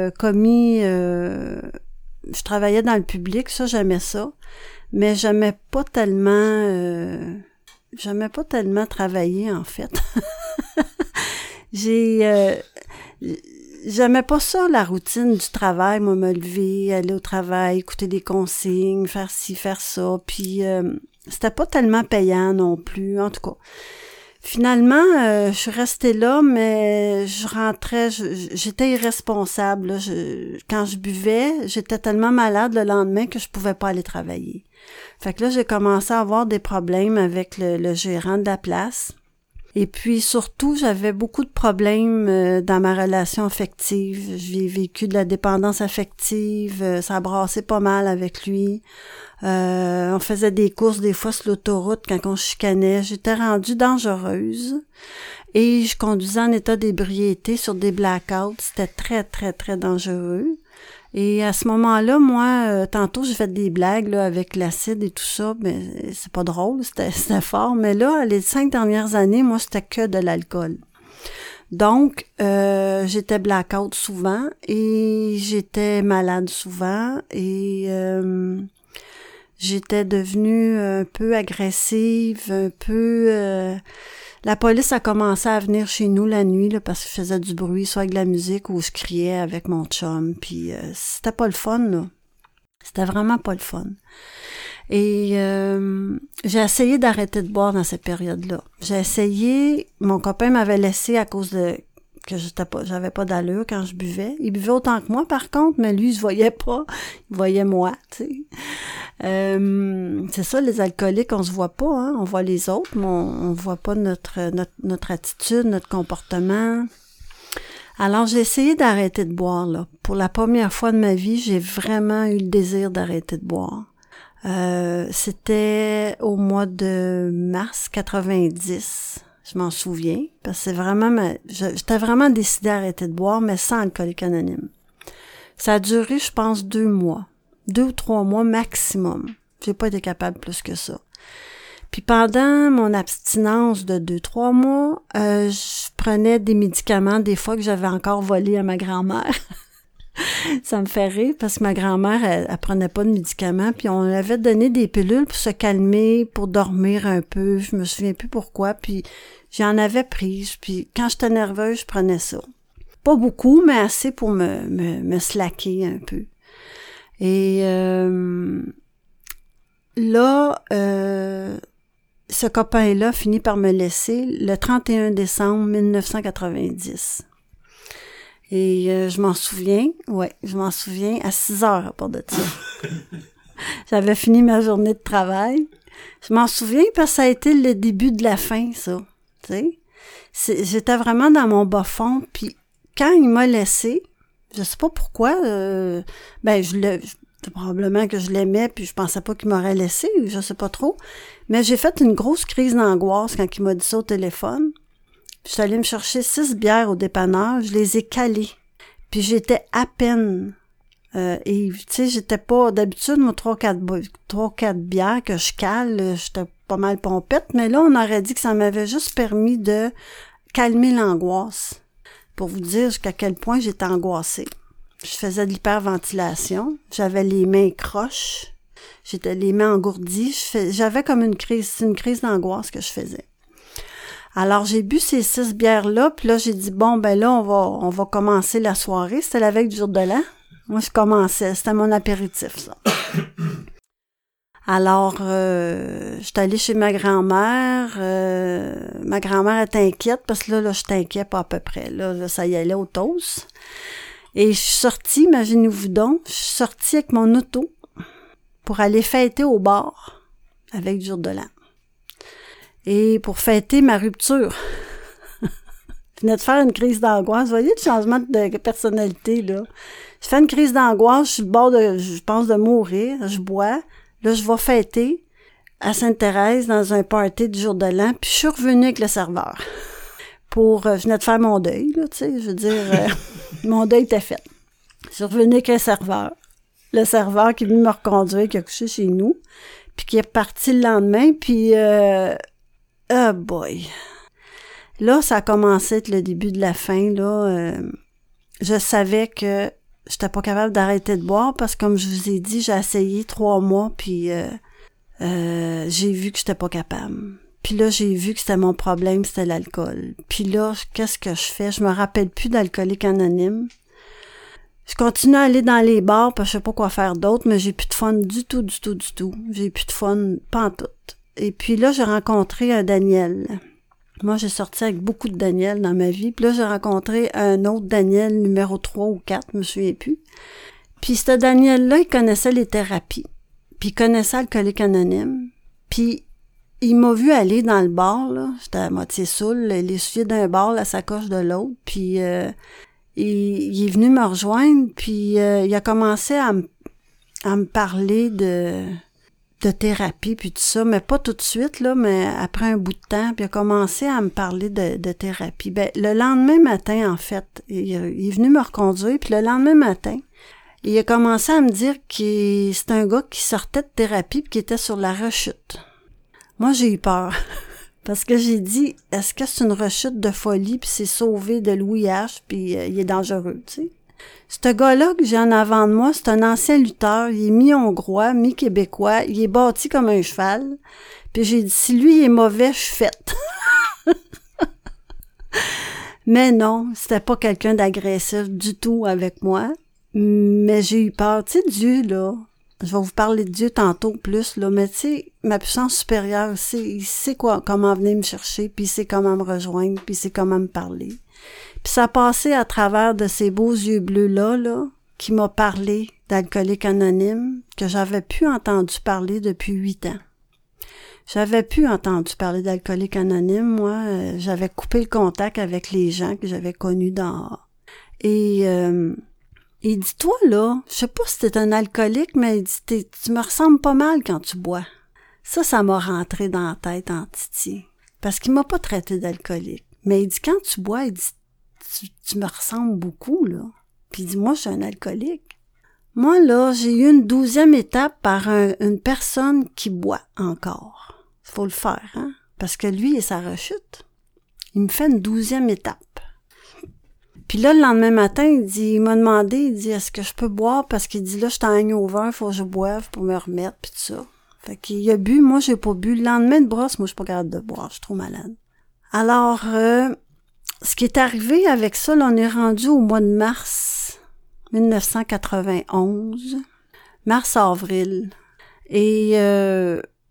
je travaillais dans le public, ça j'aimais ça, mais j'aimais pas tellement travailler en fait. J'aimais pas ça, la routine du travail, moi, me lever, aller au travail, écouter des consignes, faire ci, faire ça, puis c'était pas tellement payant non plus, en tout cas. Finalement, je suis restée là, mais je rentrais, j'étais irresponsable, là. Quand je buvais, j'étais tellement malade le lendemain que je pouvais pas aller travailler. Fait que là, j'ai commencé à avoir des problèmes avec le gérant de la place. Et puis surtout, j'avais beaucoup de problèmes dans ma relation affective. J'ai vécu de la dépendance affective, ça brassait pas mal avec lui. On faisait des courses des fois sur l'autoroute quand on chicanait. J'étais rendue dangereuse et je conduisais en état d'ébriété sur des blackouts. C'était très, très, très dangereux. Et à ce moment-là, moi, tantôt, j'ai fait des blagues là, avec l'acide et tout ça, mais c'est pas drôle, c'était fort. Mais là, les 5 dernières années, moi, c'était que de l'alcool. Donc, j'étais blackout souvent et j'étais malade souvent et j'étais devenue un peu agressive, un peu... La police a commencé à venir chez nous la nuit là, parce que je faisais du bruit, soit avec de la musique ou je criais avec mon chum. Puis c'était pas le fun, là. C'était vraiment pas le fun. Et j'ai essayé d'arrêter de boire dans cette période-là. J'ai essayé, mon copain m'avait laissé à cause de que j'avais pas d'allure quand je buvais. Il buvait autant que moi, par contre, mais lui, il se voyait pas. Il voyait moi, tu sais. C'est ça, les alcooliques, on se voit pas, hein. On voit les autres, mais on voit pas notre attitude, notre comportement. Alors, j'ai essayé d'arrêter de boire, là. Pour la première fois de ma vie, j'ai vraiment eu le désir d'arrêter de boire. C'était au mois de mars 90. Je m'en souviens, parce que c'est vraiment j'étais vraiment décidée à arrêter de boire, mais sans Alcooliques Anonymes. Ça a duré, je pense, 2 mois. 2 ou 3 mois maximum. J'ai pas été capable plus que ça. Puis pendant mon abstinence de 2-3 mois, je prenais des médicaments des fois que j'avais encore volés à ma grand-mère. Ça me fait rire parce que ma grand-mère, elle prenait pas de médicaments, puis on lui avait donné des pilules pour se calmer, pour dormir un peu, je me souviens plus pourquoi, puis j'en avais pris, puis quand j'étais nerveuse, je prenais ça. Pas beaucoup, mais assez pour me slacker un peu. Et là, ce copain-là finit par me laisser le 31 décembre 1990. Et je m'en souviens, à 6 heures à part de ça. J'avais fini ma journée de travail. Je m'en souviens parce que ça a été le début de la fin, ça. Tu sais, j'étais vraiment dans mon bas fond. Puis quand il m'a laissé, je sais pas pourquoi, probablement que je l'aimais, puis je pensais pas qu'il m'aurait laissé, je sais pas trop. Mais j'ai fait une grosse crise d'angoisse quand il m'a dit ça au téléphone. Je suis allée me chercher 6 bières au dépanneur, je les ai calées. Puis j'étais à peine. Et tu sais, j'étais pas d'habitude, moi, 3-4 bières que je cale, j'étais pas mal pompette, mais là, on aurait dit que ça m'avait juste permis de calmer l'angoisse. Pour vous dire jusqu'à quel point j'étais angoissée. Je faisais de l'hyperventilation, j'avais les mains croches, j'étais les mains engourdies, j'avais comme une crise d'angoisse que je faisais. Alors, j'ai bu ces 6 bières-là, puis là, j'ai dit, bon, ben là, on va commencer la soirée. C'était la veille du jour de l'an. Moi, je commençais, c'était mon apéritif, ça. Alors, j'étais allée chez ma grand-mère. Ma grand-mère était inquiète, parce que là, je t'inquiète pas à peu près. Là, ça y allait au toast. Et je suis sortie, imaginez-vous donc, je suis sortie avec mon auto pour aller fêter au bar avec du jour de l'an. Et pour fêter ma rupture. Je venais de faire une crise d'angoisse. Vous voyez le changement de personnalité, là. Je fais une crise d'angoisse, je suis le bord je pense de mourir, je bois. Là, je vais fêter à Sainte-Thérèse dans un party du jour de l'an, puis je suis revenue avec le serveur. Je venais de faire mon deuil, là, tu sais, je veux dire, mon deuil était fait. Je suis revenue avec le serveur qui est venu me reconduire, qui a couché chez nous, puis qui est parti le lendemain, puis oh boy! Là, ça a commencé à être le début de la fin, là. Je savais que j'étais pas capable d'arrêter de boire parce que, comme je vous ai dit, j'ai essayé 3 mois, puis j'ai vu que j'étais pas capable. Puis là, j'ai vu que c'était mon problème, c'était l'alcool. Puis là, qu'est-ce que je fais? Je me rappelle plus d'Alcooliques Anonymes. Je continue à aller dans les bars parce que je sais pas quoi faire d'autre, mais j'ai plus de fun du tout. J'ai plus de fun, pantoute. Et puis là, j'ai rencontré un Daniel. Moi, j'ai sorti avec beaucoup de Daniel dans ma vie. Puis là, j'ai rencontré un autre Daniel, numéro 3 ou 4, je me souviens plus. Puis ce Daniel-là, il connaissait les thérapies. Puis il connaissait Alcooliques Anonymes. Puis il m'a vu aller dans le bar, là. J'étais à moitié saoule, les souliers d'un bar, la sacoche de l'autre. Puis il est venu me rejoindre, puis il a commencé à me parler de thérapie, puis tout ça, mais pas tout de suite, là, mais après un bout de temps, puis il a commencé à me parler de thérapie. Ben, le lendemain matin, en fait, il est venu me reconduire, puis le lendemain matin, il a commencé à me dire que c'est un gars qui sortait de thérapie puis qui était sur la rechute. Moi, j'ai eu peur. Parce que j'ai dit, est-ce que c'est une rechute de folie puis c'est sauvé de Louis H puis il est dangereux, tu sais? Ce gars-là que j'ai en avant de moi, c'est un ancien lutteur. Il est mi-hongrois, mi-québécois. Il est bâti comme un cheval. Puis j'ai dit, si lui il est mauvais, je suis faite. Mais non, c'était pas quelqu'un d'agressif du tout avec moi. Mais j'ai eu peur. Tu sais, Dieu, là, je vais vous parler de Dieu tantôt plus, là, mais tu sais, ma puissance supérieure, il sait comment venir me chercher, puis il sait comment me rejoindre, puis il sait comment me parler. Puis ça a passé à travers de ces beaux yeux bleus-là, là, qui m'a parlé d'Alcooliques Anonymes, que j'avais plus entendu parler depuis 8 ans. J'avais plus entendu parler d'Alcooliques Anonymes, moi, j'avais coupé le contact avec les gens que j'avais connus dehors. Et il dit, toi, là, je sais pas si t'es un alcoolique, mais il dit, tu me ressembles pas mal quand tu bois. Ça m'a rentré dans la tête en titi. Parce qu'il m'a pas traité d'alcoolique. Mais il dit, quand tu bois, il dit, tu me ressembles beaucoup, là. Puis il dit, moi, je suis un alcoolique. Moi, là, j'ai eu une 12e étape par une personne qui boit encore. Faut le faire, hein? Parce que lui, il est sa rechute. Il me fait une 12e étape. Puis là, le lendemain matin, il m'a demandé, il dit, est-ce que je peux boire? Parce qu'il dit, là, je suis en hangover, faut que je boive pour me remettre, puis tout ça. Fait qu'il a bu, moi, j'ai pas bu. Le lendemain de brosse, moi, je suis pas capable de boire, je suis trop malade. Alors, ce qui est arrivé avec ça, là, on est rendu au mois de mars 1991, mars-avril. Et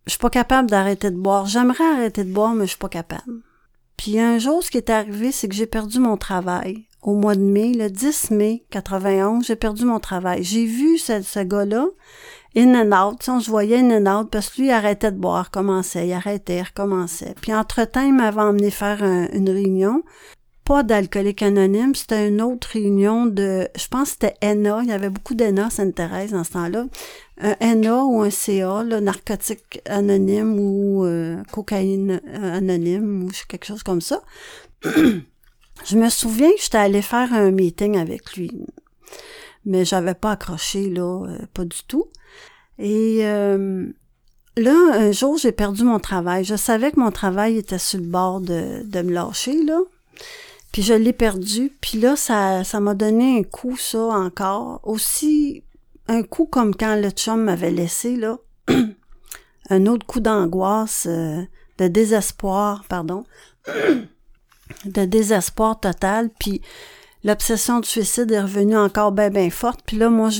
je suis pas capable d'arrêter de boire. J'aimerais arrêter de boire, mais je suis pas capable. Puis un jour, ce qui est arrivé, c'est que j'ai perdu mon travail. Au mois de mai, le 10 mai 91, j'ai perdu mon travail. J'ai vu ce gars-là, in and out, on se voyait in and out, parce que lui, il arrêtait de boire, recommençait, il arrêtait, recommençait. Puis entre-temps, il m'avait emmené faire une réunion, pas d'Alcooliques Anonymes, c'était une autre réunion je pense que c'était ENA, il y avait beaucoup d'ENA, Sainte-Thérèse, dans ce temps-là. Un ENA ou un CA, là, narcotique anonyme ou cocaïne anonyme ou quelque chose comme ça. Je me souviens que j'étais allée faire un meeting avec lui, mais j'avais pas accroché, là, pas du tout. Et là, un jour, j'ai perdu mon travail. Je savais que mon travail était sur le bord de me lâcher, là. Puis je l'ai perdu. Puis là, ça m'a donné un coup, ça, encore. Aussi, un coup comme quand le chum m'avait laissé, là. Un autre coup d'angoisse, de désespoir, pardon. De désespoir total. Puis l'obsession de suicide est revenue encore bien forte. Puis là, moi,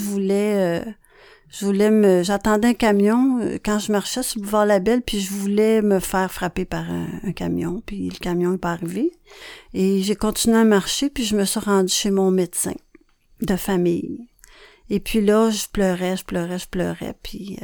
j'attendais un camion quand je marchais sur le boulevard Labelle, puis je voulais me faire frapper par un camion, puis le camion n'est pas arrivé. Et j'ai continué à marcher, puis je me suis rendue chez mon médecin de famille. Et puis là, je pleurais, puis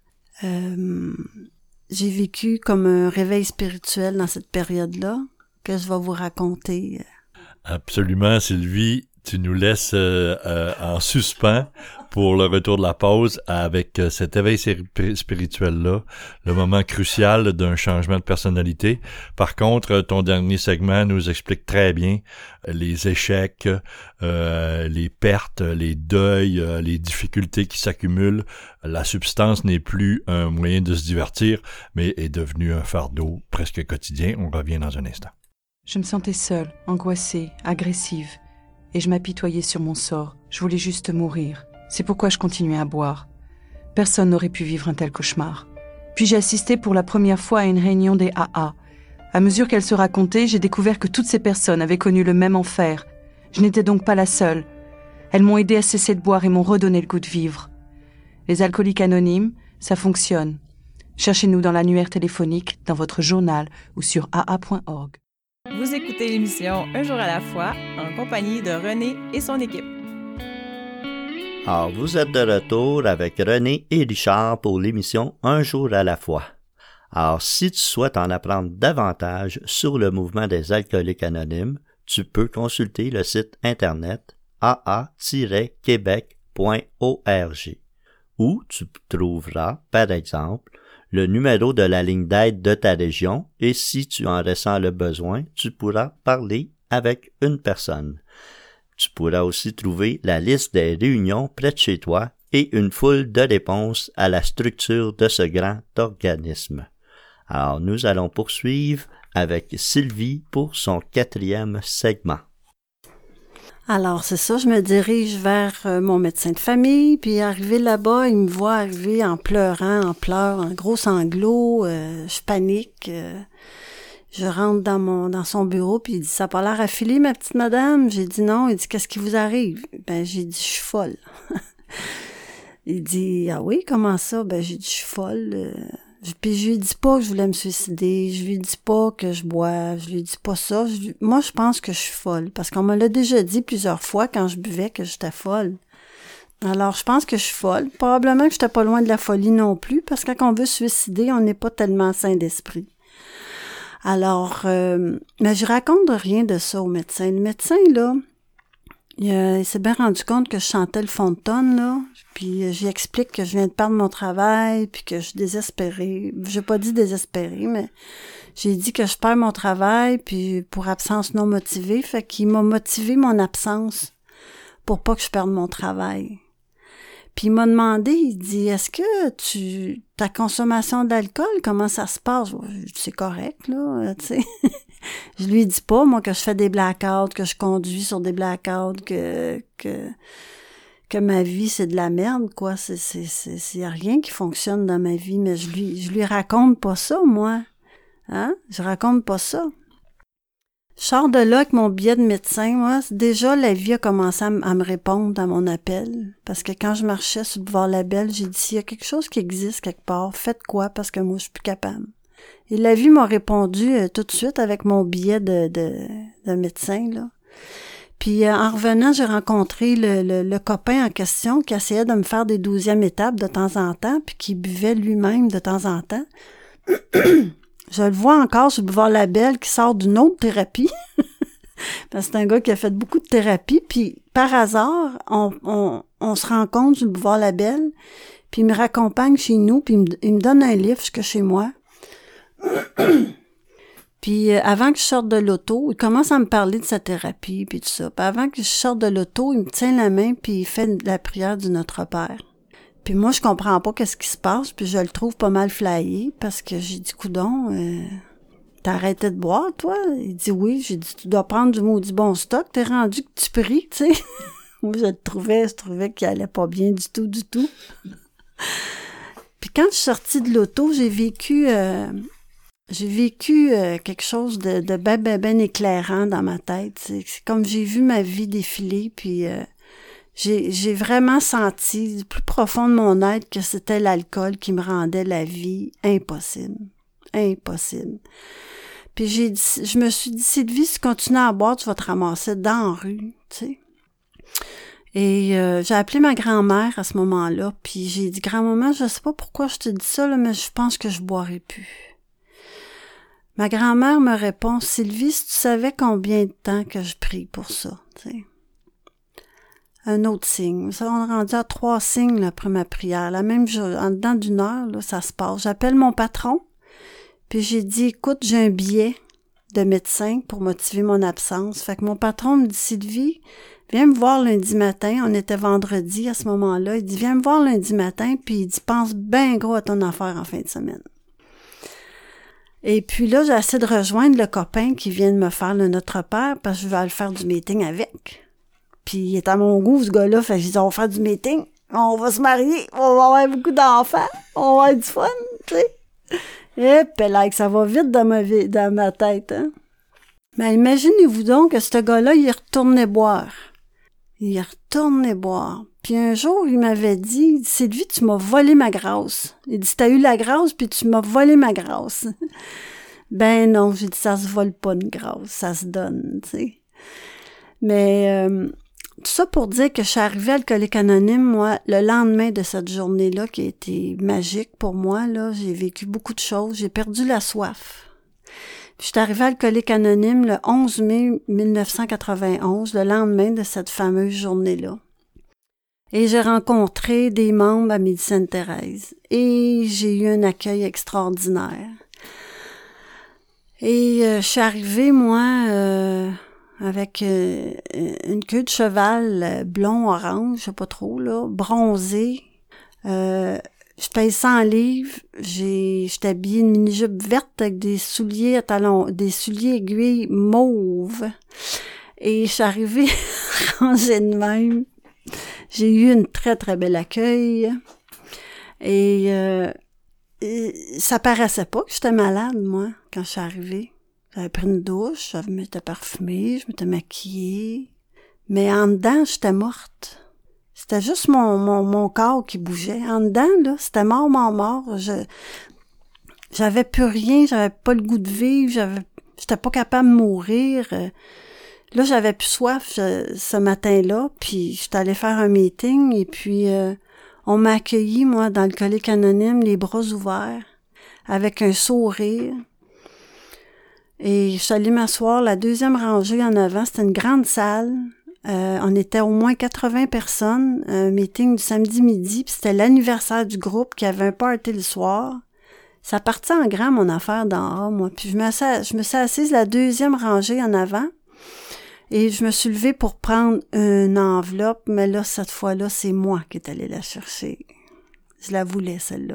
j'ai vécu comme un réveil spirituel dans cette période-là, que je vais vous raconter.
Absolument, Sylvie. Tu nous laisses en suspens pour le retour de la pause avec cet éveil spirituel-là, le moment crucial d'un changement de personnalité. Par contre, ton dernier segment nous explique très bien les échecs, les pertes, les deuils, les difficultés qui s'accumulent. La substance n'est plus un moyen de se divertir, mais est devenue un fardeau presque quotidien. On revient dans un instant.
Je me sentais seule, angoissée, agressive. Et je m'apitoyais sur mon sort. Je voulais juste mourir. C'est pourquoi je continuais à boire. Personne n'aurait pu vivre un tel cauchemar. Puis j'ai assisté pour la première fois à une réunion des AA. À mesure qu'elle se racontait, j'ai découvert que toutes ces personnes avaient connu le même enfer. Je n'étais donc pas la seule. Elles m'ont aidé à cesser de boire et m'ont redonné le goût de vivre. Les alcooliques anonymes, ça fonctionne. Cherchez-nous dans l'annuaire téléphonique, dans votre journal ou sur aa.org.
Vous écoutez l'émission Un jour à la fois en compagnie de René et son équipe.
Alors, vous êtes de retour avec René et Richard pour l'émission Un jour à la fois. Alors, si tu souhaites en apprendre davantage sur le mouvement des alcooliques anonymes, tu peux consulter le site internet aa-québec.org où tu trouveras, par exemple, le numéro de la ligne d'aide de ta région et si tu en ressens le besoin, tu pourras parler avec une personne. Tu pourras aussi trouver la liste des réunions près de chez toi et une foule de réponses à la structure de ce grand organisme. Alors, nous allons poursuivre avec Sylvie pour son 4e segment.
Alors, c'est ça, je me dirige vers mon médecin de famille, puis arrivé là-bas, il me voit arriver en pleurant, en gros sanglots, je panique, je rentre dans son bureau, puis il dit « Ça a pas l'air affilé, ma petite madame? » J'ai dit « Non. » Il dit « Qu'est-ce qui vous arrive? » Ben, j'ai dit « Je suis folle. » Il dit « Ah oui, comment ça? » Ben, j'ai dit « Je suis folle. » Puis je lui dis pas que je voulais me suicider, je lui dis pas que je bois, je lui dis pas ça. Moi, je pense que je suis folle, parce qu'on me l'a déjà dit plusieurs fois quand je buvais que j'étais folle. Alors, je pense que je suis folle. Probablement que j'étais pas loin de la folie non plus, parce que quand on veut se suicider, on n'est pas tellement sain d'esprit. Alors, mais je raconte rien de ça au médecin. Le médecin, là, il s'est bien rendu compte que je chantais le fond de tonne, là. Puis j'y explique que je viens de perdre mon travail, puis que je suis désespérée. J'ai pas dit désespérée, mais j'ai dit que je perds mon travail, puis pour absence non motivée. Fait qu'il m'a motivé mon absence pour pas que je perde mon travail. Puis il m'a demandé, il dit, est-ce que ta consommation d'alcool, comment ça se passe? C'est correct, là, tu sais. Je lui dis pas, moi, que je fais des blackouts, que je conduis sur des blackouts, que ma vie, c'est de la merde, quoi. Y a rien qui fonctionne dans ma vie, mais je lui raconte pas ça, moi. Hein? Je raconte pas ça. Je sors de là avec mon billet de médecin, moi. Déjà, la vie a commencé à me répondre à mon appel. Parce que quand je marchais sur le boulevard Labelle, j'ai dit, s'il y a quelque chose qui existe quelque part, faites quoi, parce que moi, je suis plus capable. Et la vie m'a répondu tout de suite avec mon billet de médecin, là. Puis en revenant, j'ai rencontré le copain en question qui essayait de me faire des 12e étapes de temps en temps, puis qui buvait lui-même de temps en temps. Je le vois encore sur le boulevard Labelle qui sort d'une autre thérapie. Parce que c'est un gars qui a fait beaucoup de thérapie. Puis par hasard, on se rencontre sur le boulevard Labelle, puis il me raccompagne chez nous, puis il me donne un livre jusque chez moi. Puis avant que je sorte de l'auto, il commence à me parler de sa thérapie, puis tout ça. Puis avant que je sorte de l'auto, il me tient la main, puis il fait la prière du Notre Père. Puis moi, je comprends pas qu'est-ce qui se passe, puis je le trouve pas mal flyé, parce que j'ai dit, coudon, t'as arrêté de boire, toi? Il dit oui. J'ai dit, tu dois prendre du maudit bon stock, t'es rendu que tu pries, tu sais. Moi, je trouvais qu'il allait pas bien du tout. Puis quand je suis sortie de l'auto, j'ai vécu quelque chose de ben éclairant dans ma tête. C'est comme j'ai vu ma vie défiler, puis j'ai vraiment senti du plus profond de mon être que c'était l'alcool qui me rendait la vie impossible. Puis je me suis dit, Sylvie, si tu continues à boire, tu vas te ramasser dans la rue, tu sais. Et j'ai appelé ma grand-mère à ce moment-là, puis j'ai dit, grand-maman, je sais pas pourquoi je te dis ça, là, mais je pense que je boirai plus. Ma grand-mère me répond, Sylvie, si tu savais combien de temps que je prie pour ça, tu sais. Un autre signe. Ça, on est rendu à 3 signes là, après ma prière. La même chose, en dedans d'une heure, là, ça se passe. J'appelle mon patron, puis j'ai dit, écoute, j'ai un billet de médecin pour motiver mon absence. Fait que mon patron me dit, Sylvie, viens me voir lundi matin. On était vendredi à ce moment-là. Il dit, viens me voir lundi matin, puis il dit, pense bien gros à ton affaire en fin de semaine. Et puis là, j'ai essayé de rejoindre le copain qui vient de me faire le Notre Père, parce que je vais aller faire du meeting avec. Puis il est à mon goût, ce gars-là, fait que j'ai dit, on va faire du meeting, on va se marier, on va avoir beaucoup d'enfants, on va avoir du fun, tu sais. Et puis là, ça va vite dans ma tête, hein. Mais imaginez-vous donc que ce gars-là, il retournait boire. Puis un jour, il m'avait dit, Sylvie, tu m'as volé ma grâce. Il dit, t'as eu la grâce, puis tu m'as volé ma grâce. Ben non, j'ai dit, ça se vole pas une grâce, ça se donne, tu sais. Mais tout ça pour dire que je suis arrivée à Alcoolique Anonyme, moi, le lendemain de cette journée-là, qui a été magique pour moi, là, j'ai vécu beaucoup de choses, j'ai perdu la soif. Puis je suis arrivée à Alcoolique Anonyme le 11 mai 1991, le lendemain de cette fameuse journée-là. Et j'ai rencontré des membres à Midi-Sainte-Thérèse. Et j'ai eu un accueil extraordinaire. Et je suis arrivée, moi, avec une queue de cheval blond-orange, je sais pas trop, là, bronzée. Je paye 100 livres. J'étais habillée une mini-jupe verte avec des souliers à talons, des souliers aiguilles mauves. Et je suis arrivée rangée de même. J'ai eu une très, très belle accueil. Et ça paraissait pas que j'étais malade, moi, quand je suis arrivée. J'avais pris une douche, je m'étais parfumée, je m'étais maquillée. Mais en dedans, j'étais morte. C'était juste mon corps qui bougeait. En dedans, là, c'était mort. J'avais plus rien, j'avais pas le goût de vivre, j'étais pas capable de mourir. Là, j'avais plus soif ce matin-là, puis j'étais allée faire un meeting, et puis on m'a accueilli, moi, dans Alcoolique Anonyme, les bras ouverts, avec un sourire. Et je suis allée m'asseoir, la deuxième rangée en avant, c'était une grande salle. On était au moins 80 personnes, un meeting du samedi midi, puis c'était l'anniversaire du groupe qui avait un party le soir. Ça partait en grand, mon affaire d'en haut, moi. Puis je me suis assise la deuxième rangée en avant, et je me suis levée pour prendre une enveloppe, mais là, cette fois-là, c'est moi qui est allée la chercher. Je la voulais, celle-là.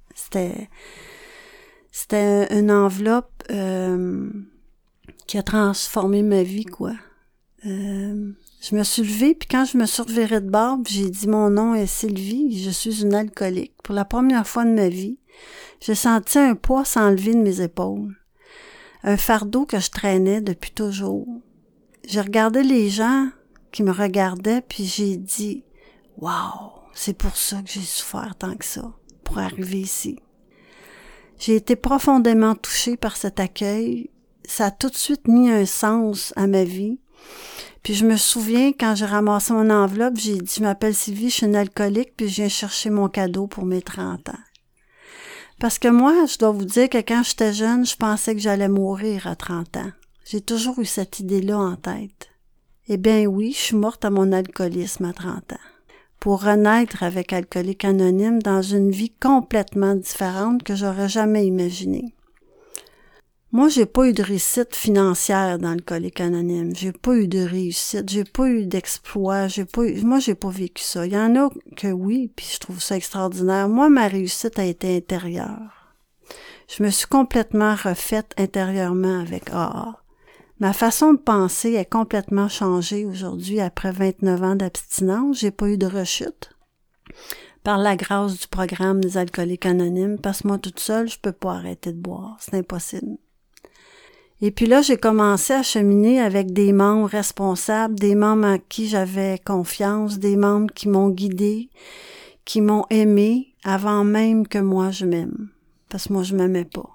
C'était une enveloppe qui a transformé ma vie, quoi. Je me suis levée, puis quand je me suis revirée de bord, j'ai dit, mon nom est Sylvie, je suis une alcoolique. Pour la première fois de ma vie, j'ai senti un poids s'enlever de mes épaules. un fardeau que je traînais depuis toujours. J'ai regardé les gens qui me regardaient, puis j'ai dit « Wow, c'est pour ça que j'ai souffert tant que ça, pour arriver ici. » J'ai été profondément touchée par cet accueil. Ça a tout de suite mis un sens à ma vie. Puis je me souviens, quand j'ai ramassé mon enveloppe, j'ai dit « Je m'appelle Sylvie, je suis une alcoolique, puis je viens chercher mon cadeau pour mes 30 ans. » Parce que moi, je dois vous dire que quand j'étais jeune, je pensais que j'allais mourir à 30 ans. J'ai toujours eu cette idée-là en tête. Eh bien oui, je suis morte à mon alcoolisme à 30 ans. Pour renaître avec Alcooliques Anonymes dans une vie complètement différente que j'aurais jamais imaginée. Moi, j'ai pas eu de réussite financière dans Alcooliques Anonymes. J'ai pas eu de réussite, j'ai pas eu d'exploit, moi, j'ai pas vécu ça. Il y en a que oui, puis je trouve ça extraordinaire. Moi, ma réussite a été intérieure. Je me suis complètement refaite intérieurement avec AA. Ma façon de penser est complètement changée aujourd'hui après 29 ans d'abstinence. J'ai pas eu de rechute. Par la grâce du programme des Alcooliques Anonymes, parce que moi, toute seule, je peux pas arrêter de boire. C'est impossible. Et puis là, j'ai commencé à cheminer avec des membres responsables, des membres en qui j'avais confiance, des membres qui m'ont guidée, qui m'ont aimée avant même que moi je m'aime. Parce que moi, je m'aimais pas.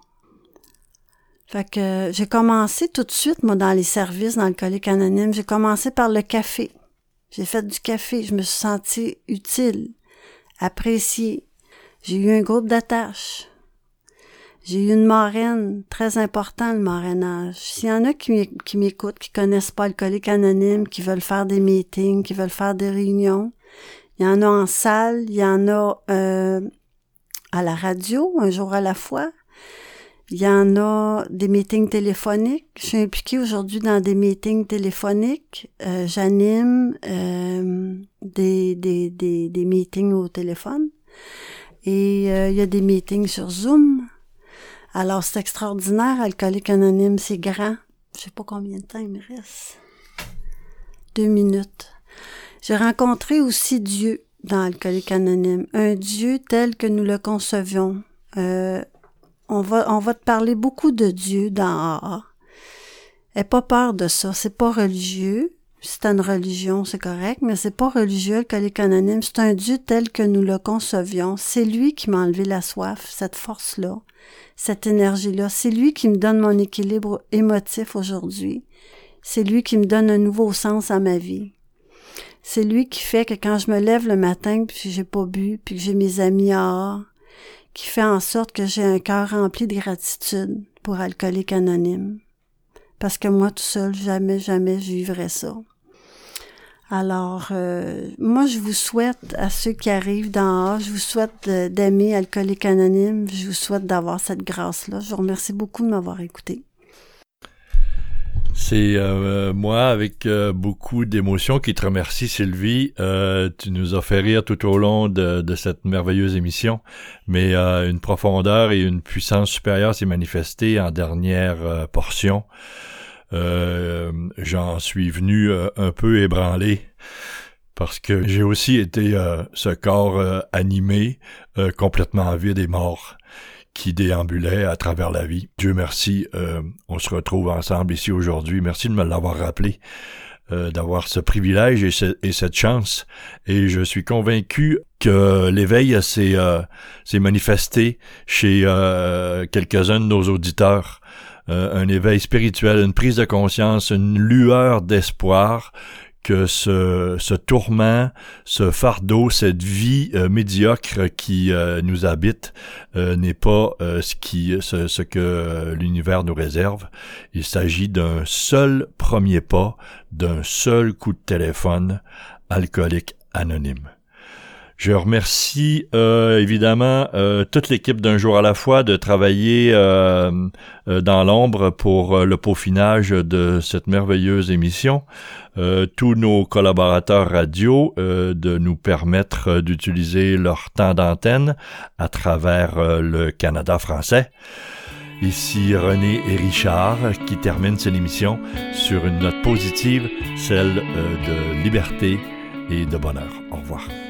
Fait que j'ai commencé tout de suite, moi, dans les services d'Alcooliques Anonymes. J'ai commencé par le café. J'ai fait du café. Je me suis sentie utile, appréciée. J'ai eu un groupe d'attache. J'ai eu une marraine, très important le marrainage. S'il y en a qui m'écoutent, qui connaissent pas Alcooliques Anonymes, qui veulent faire des meetings, qui veulent faire des réunions, il y en a en salle, il y en a à la radio, un jour à la fois. Il y en a des meetings téléphoniques. Je suis impliquée aujourd'hui dans des meetings téléphoniques. J'anime des meetings au téléphone. Et il y a des meetings sur Zoom. Alors, c'est extraordinaire, Alcooliques Anonymes, c'est grand. Je sais pas combien de temps il me reste. 2 minutes. J'ai rencontré aussi Dieu dans Alcooliques Anonymes. Un Dieu tel que nous le concevions. On va te parler beaucoup de Dieu dans AA. Aie pas peur de ça. C'est pas religieux. Si t'as une religion, c'est correct, mais c'est pas religieux, Alcooliques Anonymes. C'est un Dieu tel que nous le concevions. C'est lui qui m'a enlevé la soif, cette force-là, cette énergie-là. C'est lui qui me donne mon équilibre émotif aujourd'hui. C'est lui qui me donne un nouveau sens à ma vie. C'est lui qui fait que quand je me lève le matin, puis j'ai pas bu, puis que j'ai mes amis AA, qui fait en sorte que j'ai un cœur rempli de gratitude pour Alcooliques Anonymes. Parce que moi, tout seul, jamais je vivrais ça. Alors, moi, je vous souhaite, à ceux qui arrivent dans AA, je vous souhaite d'aimer Alcooliques Anonymes, je vous souhaite d'avoir cette grâce-là. Je vous remercie beaucoup de m'avoir écouté.
C'est moi, avec beaucoup d'émotion, qui te remercie, Sylvie. Tu nous as fait rire tout au long de cette merveilleuse émission, mais une profondeur et une puissance supérieure s'est manifestée en dernière portion. J'en suis venu un peu ébranlé parce que j'ai aussi été ce corps animé, complètement vide et mort, qui déambulait à travers la vie. Dieu merci, on se retrouve ensemble ici aujourd'hui. Merci de me l'avoir rappelé, d'avoir ce privilège et cette chance. Et je suis convaincu que l'éveil s'est manifesté chez quelques-uns de nos auditeurs. Un éveil spirituel, une prise de conscience, une lueur d'espoir que ce tourment, ce fardeau, cette vie médiocre qui nous habite n'est pas ce que l'univers nous réserve. Il s'agit d'un seul premier pas, d'un seul coup de téléphone, Alcooliques Anonymes. Je remercie évidemment toute l'équipe d'Un jour à la fois de travailler dans l'ombre pour le peaufinage de cette merveilleuse émission. Tous nos collaborateurs radio de nous permettre d'utiliser leur temps d'antenne à travers le Canada français. Ici René et Richard qui terminent cette émission sur une note positive, celle de liberté et de bonheur. Au revoir.